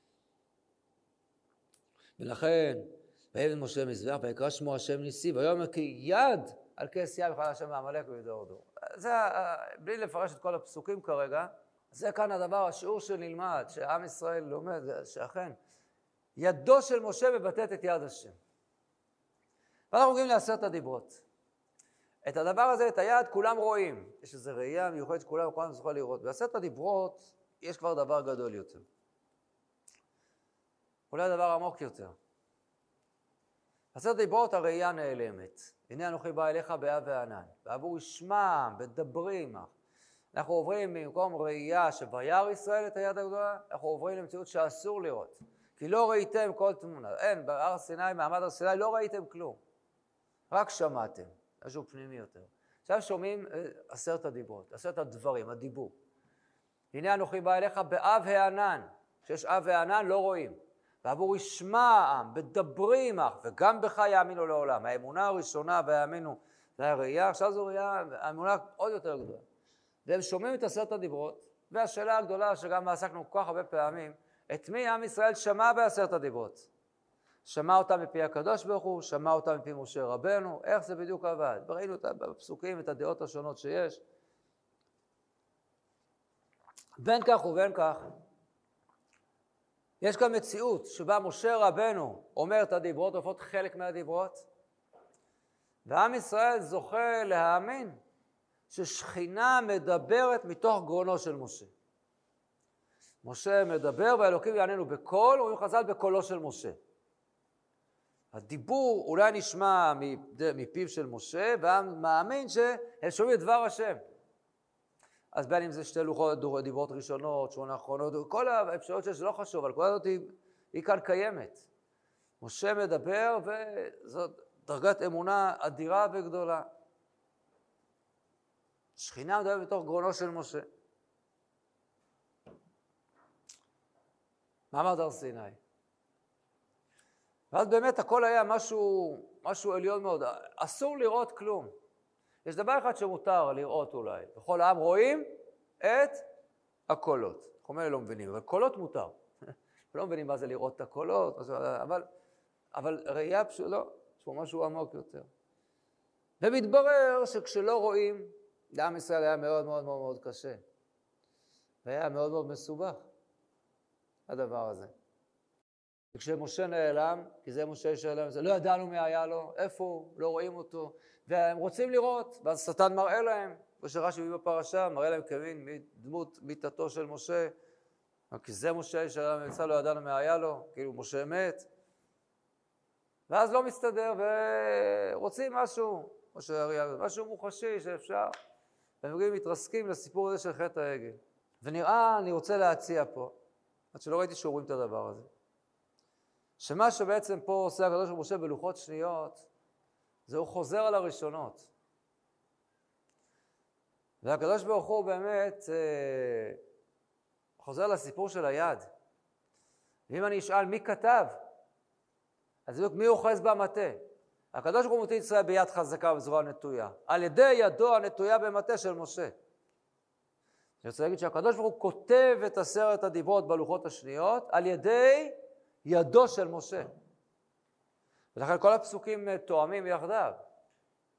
ולכן, ויבן משה מזבח, ויקרא שמו השם ניסי, ויאמר כי יד על כס יד בכלל השם מעמלק וידור דור. זה, בלי לפרש את כל הפסוקים כרגע, זה כאן הדבר, השיעור שנלמד, שעם ישראל לומד, שאכן, ידו של משה מבטאת את יד השם. ואנחנו מגיעים לעשרת הדיברות. את הדבר הזה, את היד, כולם רואים. יש איזו ראייה מיוחדת שכולם כולם צריכים לראות. בעשרת הדיברות יש כבר דבר גדול יותר. אולי דבר עמוק יותר. בעשרת הדיברות הראייה נעלמת. הנה אנוכי בא אליך באב וענן. בעבור ישמע, בדברים. אנחנו עוברים במקום ראייה שבייר ישראל את היד הגדולה, אנחנו עוברים למציאות שאסור לראות. כי לא ראיתם כל תמונה. אין, בהר סיני, מעמד הר סיני, לא ראיתם כלום. רק שמעתם. משהו פנימי יותר. עכשיו שומעים עשרת הדיברות, עשרת הדברים, הדיבור. הנה אנוכי בא אליך באב הענן. כשיש אב הענן לא רואים. ועבור ישמע העם, בדברי עמך, וגם בך יאמינו לעולם. האמונה הראשונה והאמינו, זה הראייה, עכשיו זו ראייה, האמונה עוד יותר גדולה. והם שומעים את עשרת הדיברות, והשאלה הגדולה שגם עסקנו כל כך הרבה פעמים, את מי עם ישראל שמע בעשרת הדיברות? שמע אותם מפי הקדוש ברוך הוא, שמע אותם מפי משה רבנו, איך זה בדיוק עבד? ראינו בפסוקים את הדעות השונות שיש. בין כך ובין כך, יש כאן מציאות שבה משה רבנו אומר את הדיברות, הופעות חלק מהדיברות, ועם ישראל זוכה להאמין ששכינה מדברת מתוך גרונו של משה. משה מדבר והאלוקים יעננו בקול, אומרים חז"ל בקולו של משה. הדיבור אולי נשמע מפיו של משה, והעם מאמין שהם שומעים את דבר השם. אז בין אם זה שתי לוחות דיברות ראשונות, שמונה אחרונות, כל האפשרות שיש לא חשוב, אבל כל הזאת היא, היא כאן קיימת. משה מדבר וזאת דרגת אמונה אדירה וגדולה. שכינה מדברת בתוך גרונו של משה. מעמד הר סיני. ואז באמת הכל היה משהו, משהו עליון מאוד. אסור לראות כלום. יש דבר אחד שמותר לראות אולי. בכל העם רואים את הקולות. אנחנו אומרים לא מבינים, אבל קולות מותר. לא מבינים מה זה לראות את הקולות, אבל, אבל ראייה פשוט לא, יש פה משהו עמוק יותר. ומתברר שכשלא רואים, לעם ישראל היה מאוד מאוד מאוד מאוד קשה. והיה מאוד מאוד מסובך, הדבר הזה. וכשמשה נעלם, כי זה משה שאלם, לא ידענו מי היה לו, איפה הוא, לא רואים אותו, והם רוצים לראות, ואז שטן מראה להם, ושרש"י מביא בפרשה, מראה להם כמין דמות מיתתו של משה, כי זה משה שאלם יצא, לא ידענו מי היה לו, כאילו משה מת, ואז לא מסתדר, ורוצים משהו, משהו מוחשי שאפשר, והם מגיעים מתרסקים לסיפור הזה של חטא העגל. ונראה, אני רוצה להציע פה, עד שלא ראיתי שאומרים את הדבר הזה, שמה שבעצם פה עושה הקדוש ברוך הוא משה בלוחות שניות, זה הוא חוזר על הראשונות. והקדוש ברוך הוא באמת אה, חוזר לסיפור של היד. ואם אני אשאל מי כתב, אז בדיוק מי אוחז במטה? הקדוש ברוך הוא מוציא את ישראל ביד חזקה ובזרוע נטויה, על ידי ידו הנטויה במטה של משה. אני רוצה להגיד שהקדוש ברוך הוא כותב את עשרת הדיברות בלוחות השניות, על ידי ידו של משה. ולכן כל הפסוקים תואמים יחדיו.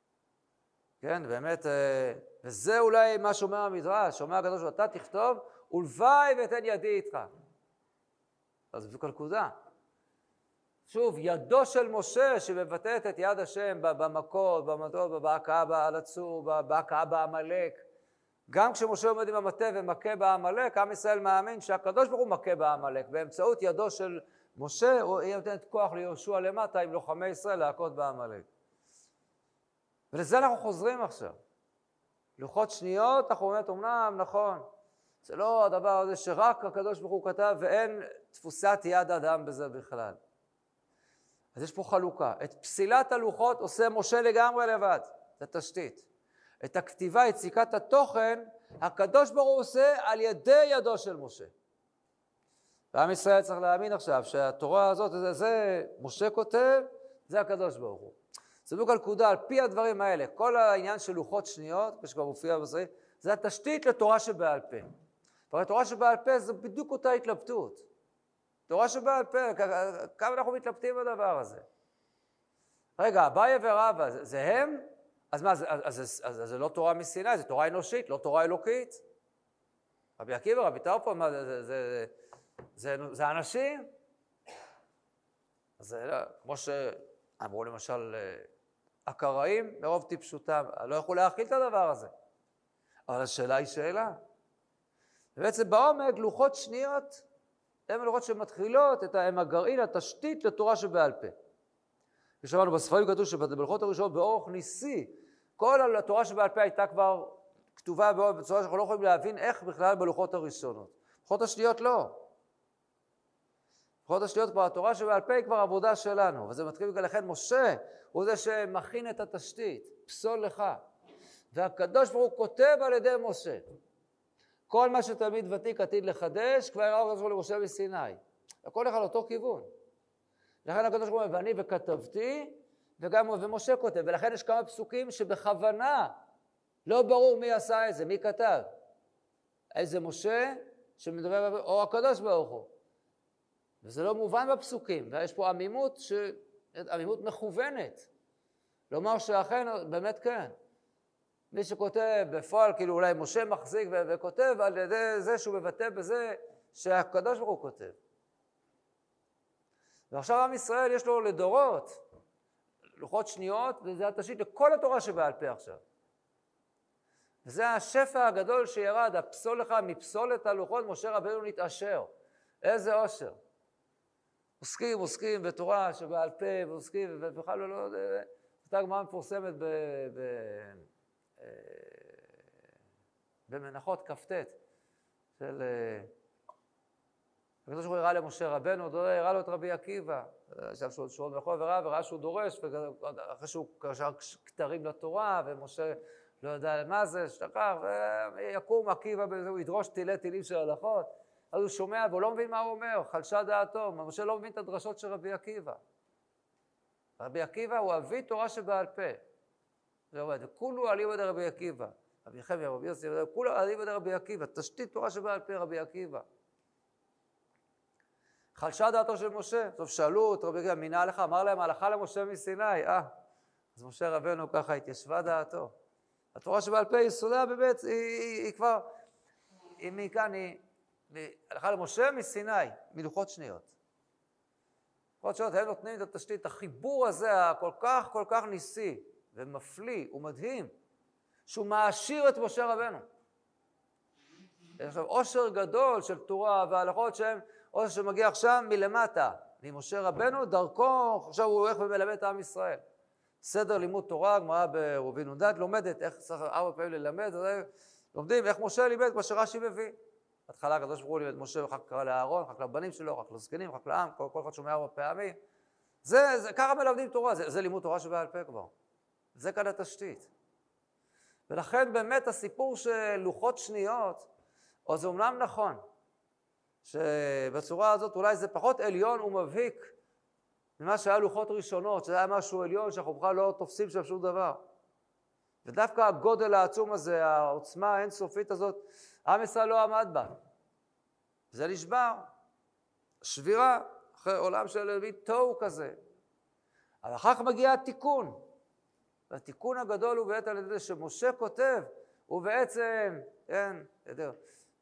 כן, באמת, וזה אולי מה שאומר המדרש, שאומר הקדוש ברוך הוא, אתה תכתוב, ולוואי ואתן ידי איתך. אז בדיוק הנקודה. שוב, ידו של משה שמבטאת את יד השם במכות, במטות, בהכאה על הצור, בהכאה בעמלק. גם כשמשה עומד עם המטה ומכה בעמלק, עם ישראל מאמין שהקדוש ברוך הוא מכה בעמלק. באמצעות ידו של משה, הוא נותנת כוח ליהושע למטה עם לוחמי ישראל להכות בעמלק. ולזה אנחנו חוזרים עכשיו. לוחות שניות, אנחנו באמת אומנם, נכון. זה לא הדבר הזה שרק הקדוש ברוך הוא כתב ואין תפוסת יד אדם בזה בכלל. אז יש פה חלוקה. את פסילת הלוחות עושה משה לגמרי לבד. זה תשתית. את הכתיבה, יציקת התוכן, הקדוש ברוך הוא עושה על ידי ידו של משה. ועם ישראל צריך להאמין עכשיו שהתורה הזאת, זה, זה משה כותב, זה הקדוש ברוך הוא. זה בדיוק הנקודה, על פי הדברים האלה, כל העניין של לוחות שניות, כשכבר מופיע בזה, זה התשתית לתורה שבעל פה. והתורה שבעל פה זה בדיוק אותה התלבטות. תורה שבעל פה, כמה אנחנו מתלבטים בדבר הזה. רגע, אביי ורבא, זה, זה הם? אז מה, אז, אז, אז, אז, אז זה לא תורה מסיני, זה תורה אנושית, לא תורה אלוקית. רבי עקיבא, רבי טרפון, מה זה, זה, זה, זה, זה, זה אנשים? אז זה לא, כמו שאמרו למשל, הקראים, מרוב טיפשותם, לא יכולו להכיל את הדבר הזה. אבל השאלה היא שאלה. ובעצם בעומק, לוחות שניות, הם לוחות שמתחילות, את, הם הגרעין, התשתית לתורה שבעל פה. כשאמרנו בספרים כתוב שבלוחות הראשונות באורך ניסי, כל התורה שבעל פה הייתה כבר כתובה בצורה שאנחנו לא יכולים להבין איך בכלל בלוחות הראשונות. לוחות השניות לא. לוחות השניות כבר התורה שבעל פה היא כבר עבודה שלנו, וזה מתחיל בגלל לכן משה הוא זה שמכין את התשתית, פסול לך. והקדוש ברוך הוא כותב על ידי משה. כל מה שתלמיד ותיק עתיד לחדש, כבר הראה הקדוש ברוך הוא למשה מסיני. הכל לך על אותו כיוון. לכן הקדוש ברוך הוא ואני וכתבתי, וגם ומשה כותב, ולכן יש כמה פסוקים שבכוונה לא ברור מי עשה את זה, מי כתב. איזה משה שמדבר, או הקדוש ברוך הוא. וזה לא מובן בפסוקים, ויש פה עמימות, ש... עמימות מכוונת. לומר שאכן, באמת כן. מי שכותב בפועל, כאילו אולי משה מחזיק ו... וכותב על ידי זה שהוא מבטא בזה שהקדוש ברוך הוא כותב. ועכשיו עם ישראל יש לו לדורות, לוחות שניות, וזה התשתית לכל התורה שבעל פה עכשיו. וזה השפע הגדול שירד, הפסול לך מפסולת הלוחות, משה רבנו נתעשר. איזה עושר. עוסקים, עוסקים בתורה שבעל פה, ועוסקים, ובכלל לא, לא, אותה גמרא מפורסמת ב, ב, במנחות כ"ט, של... הקדוש ברוך הוא הראה למשה רבנו, הראה לו את רבי עקיבא, עכשיו שהוא שואל בכל וראה, וראה שהוא דורש, ואחרי שהוא קשר כתרים לתורה, ומשה לא יודע מה זה, שתכח, ויקום עקיבא בזה, הוא ידרוש תילי תילים של הלכות, אז הוא שומע והוא לא מבין מה הוא אומר, חלשה דעתו, משה לא מבין את הדרשות של רבי עקיבא. רבי עקיבא הוא אבי תורה שבעל פה. זה אומר, כולו עליבא דרבי עקיבא, רבי חמיה, רבי יוסי, כולו עליבא דרבי עקיבא, תשתית תורה שבעל פה רבי עקיבא. חלשה דעתו של משה, טוב שאלו את רבי עקיבא, מינה לך, אמר להם הלכה למשה מסיני, אה, אז משה רבנו ככה התיישבה דעתו. התורה שבעל פה יסודה באמת, היא, היא, היא כבר, היא מכאן, היא, הלכה למשה מסיני, מלוחות שניות. לוחות שניות, הם נותנים את התשתית, החיבור הזה, הכל כך, כל כך ניסי, ומפליא, ומדהים, שהוא מעשיר את משה רבנו. יש עכשיו עושר גדול של תורה וההלכות שהם, עושר שמגיע עכשיו מלמטה, ממשה רבנו, דרכו, עכשיו הוא הולך ומלמד את עם ישראל. סדר לימוד תורה, גמרא ברובין נ"ד, לומדת איך צריך ארבע פעמים ללמד, לומדים איך משה לימד, מה שרש"י מביא. בהתחלה הקדוש ברוך הוא לימד משה, ואחר כך קרא לאהרון, אחר כך לבנים שלו, אחר כך לזקנים, אחר כך לעם, כל, כל אחד שומע ארבע פעמים. זה, זה, ככה מלמדים תורה, זה, זה לימוד תורה שבעל פה כבר. זה כאן התשתית. ולכן באמת הסיפור של לוחות שניות, או זה אומנם נכון, שבצורה הזאת אולי זה פחות עליון ומבהיק ממה שהיה לוחות ראשונות, שזה היה משהו עליון שאנחנו בכלל לא תופסים שם שום דבר. ודווקא הגודל העצום הזה, העוצמה האינסופית הזאת, עם ישראל לא עמד בה. זה נשבר, שבירה, אחרי עולם של מין תוהו כזה. אבל אחר כך מגיע התיקון. והתיקון הגדול הוא בעצם על ידי שמשה כותב, הוא בעצם, כן, יודע,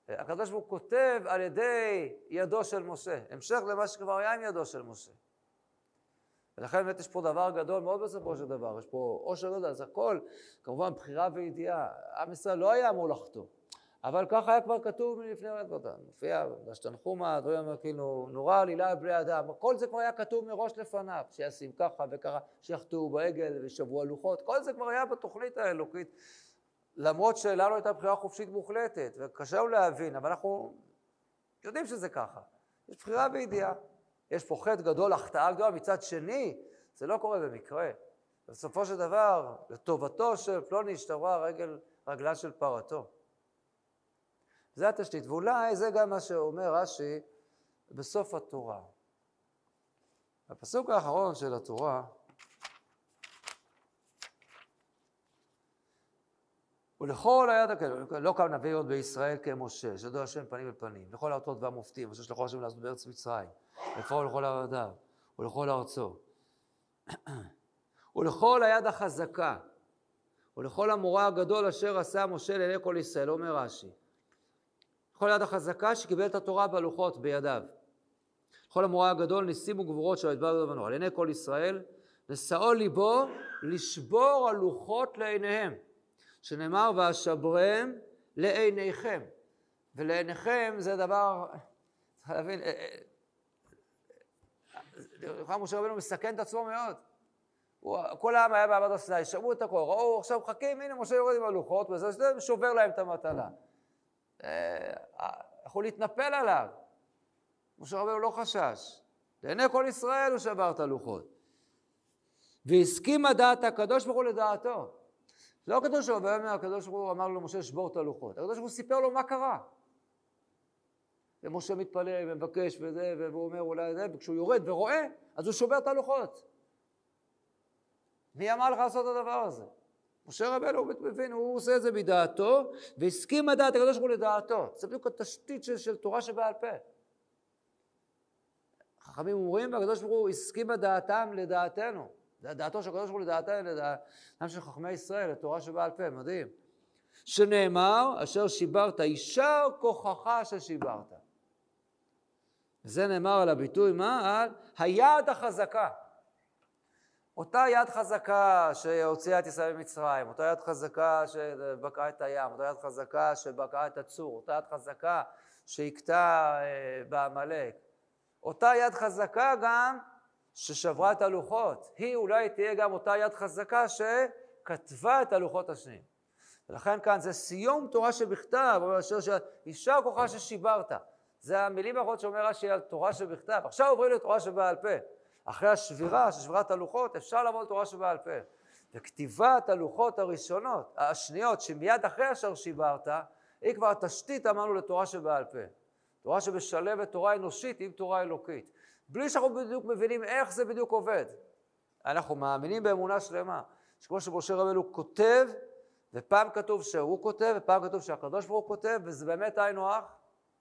הקדוש ברוך הוא כותב על ידי ידו של משה, המשך למה שכבר היה עם ידו של משה. ולכן באמת יש פה דבר גדול מאוד בסופו של דבר, יש פה עושר גדול, אז הכל, כמובן בחירה וידיעה, עם ישראל לא היה אמור לחטוא, אבל ככה היה כבר כתוב מלפני רד אותם, מופיע בשתנחומה, הדברים אומר כאילו נורא עלילה בני אדם, כל זה כבר היה כתוב מראש לפניו, שישים ככה וככה, שיחטאו בעגל ושבוע לוחות, כל זה כבר היה בתוכנית האלוקית, למרות שלנו הייתה בחירה חופשית מוחלטת, וקשה לנו להבין, אבל אנחנו יודעים שזה ככה, יש בחירה וידיעה. יש פה חטא גדול, החטאה גדולה, מצד שני, זה לא קורה במקרה. בסופו של דבר, לטובתו של פלוני השתברה רגל, רגלה של פרתו. זה התשתית, ואולי זה גם מה שאומר רש"י בסוף התורה. הפסוק האחרון של התורה, ולכל היד הכלב, לא קם נביא עוד בישראל כמשה, שדו השם פנים אל פנים, לכל האותות והמופתים, אשר שלחו השם לעשות בארץ מצרים, לפעול לכל עבדיו, ולכל ארצו, ולכל היד החזקה, ולכל המורא הגדול אשר עשה משה לעיני כל ישראל, אומר רש"י, לכל היד החזקה שקיבל את התורה בלוחות בידיו, לכל המורא הגדול ניסים וגבורות של ידבר ובנו, על עיני כל ישראל, נשאו ליבו לשבור הלוחות לעיניהם, שנאמר ואשברם לעיניכם, ולעיניכם זה דבר, צריך להבין, משה רבנו מסכן את עצמו מאוד, כל העם היה בעבד הסיני, שמעו את הכל, ראו עכשיו חכים, הנה משה יורד עם הלוחות, וזה שובר להם את המטלה, יכול להתנפל עליו, משה רבנו לא חשש, לעיני כל ישראל הוא שבר את הלוחות, והסכים הדעת הקדוש ברוך הוא לדעתו, לא הקדוש ברוך הוא, הקדוש ברוך הוא אמר לו משה שבור את הלוחות, הקדוש ברוך הוא סיפר לו מה קרה, ומשה מתפלל ומבקש וזה, והוא אומר אולי זה, וכשהוא יורד ורואה, אז הוא שובר את הלוחות. מי אמר לך לעשות את הדבר הזה? משה רבנו, הוא מבין, הוא עושה את זה בדעתו, והסכים הדעת הקדוש ברוך הוא לדעתו. זה בדיוק התשתית של, של תורה שבעל פה. חכמים אומרים, והקדוש ברוך הוא הסכים הדעתם לדעתנו. דעתו של הקדוש ברוך הוא לדעתנו, לדעתם של חכמי ישראל, לתורה שבעל פה, מדהים. שנאמר, אשר שיברת, יישר כוחך ששיברת. זה נאמר על הביטוי, מה? על היד החזקה. אותה יד חזקה שהוציאה את ישראל ממצרים, אותה יד חזקה שבקעה את הים, אותה יד חזקה שבקעה את הצור, אותה יד חזקה שהכתה בעמלק, אותה יד חזקה גם ששברה את הלוחות, היא אולי תהיה גם אותה יד חזקה שכתבה את הלוחות השניים. ולכן כאן זה סיום תורה שבכתב, אשר יישר כוחה ששיברת. זה המילים האחרות שאומר רש"י על תורה שבכתב. עכשיו עוברים לתורה שבעל פה. אחרי השבירה, ששברת הלוחות, אפשר לעבור לתורה שבעל פה. וכתיבת הלוחות הראשונות, השניות, שמיד אחרי אשר שיברת, היא כבר התשתית, אמרנו, לתורה שבעל פה. תורה שבשלבת תורה אנושית עם תורה אלוקית. בלי שאנחנו בדיוק מבינים איך זה בדיוק עובד. אנחנו מאמינים באמונה שלמה, שכמו שמשה רבנו כותב, ופעם כתוב שהוא כותב, ופעם כתוב שהקדוש ברוך הוא כותב, וזה באמת היינו הך.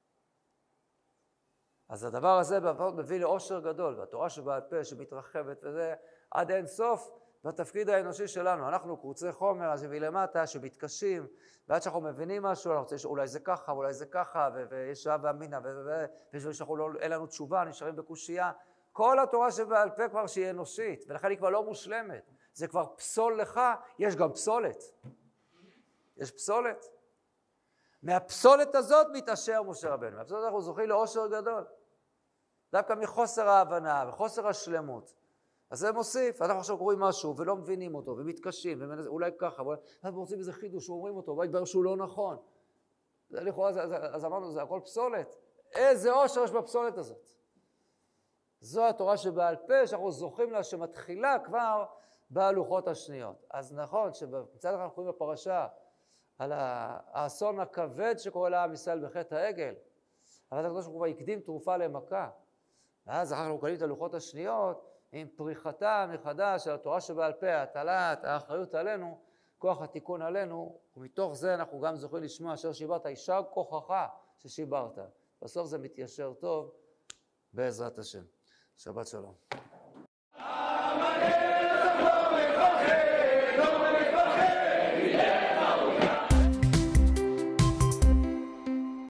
אז הדבר הזה מביא לאושר גדול, והתורה שבעל פה שמתרחבת, וזה עד אין סוף בתפקיד האנושי שלנו. אנחנו קרוצי חומר, אז מביא למטה, שמתקשים, ועד שאנחנו מבינים משהו, אנחנו רוצים שאולי זה ככה, אולי זה ככה, ויש שעה ואמינה, ואין לנו תשובה, נשארים בקושייה. כל התורה שבעל פה כבר שהיא אנושית, ולכן היא כבר לא מושלמת. זה כבר פסול לך, יש גם פסולת. יש פסולת. מהפסולת הזאת מתעשר משה רבנו. מהפסולת אנחנו זוכים לאושר גדול. דווקא מחוסר ההבנה וחוסר השלמות. אז זה מוסיף. אנחנו עכשיו קוראים משהו ולא מבינים אותו ומתקשים, ואולי ככה, אנחנו רוצים איזה חידוש שאומרים אותו, ואולי דבר שהוא לא נכון. זה לכאורה, אז, אז אמרנו, זה הכל פסולת. איזה אושר יש בפסולת הזאת. זו התורה שבעל פה, שאנחנו זוכים לה, שמתחילה כבר בהלוחות השניות. אז נכון, שמצד אחד אנחנו קוראים בפרשה, על האסון הכבד שקורה לעם ישראל בחטא העגל, אבל הקדוש ברוך הוא יקדים תרופה למכה. ואז אחר אנחנו קוראים את הלוחות השניות, עם פריחתה מחדש של התורה שבעל פה, הטלת, האחריות עלינו, כוח התיקון עלינו, ומתוך זה אנחנו גם זוכים לשמוע אשר שיברת, יישר כוחך ששיברת. בסוף זה מתיישר טוב בעזרת השם. שבת שלום.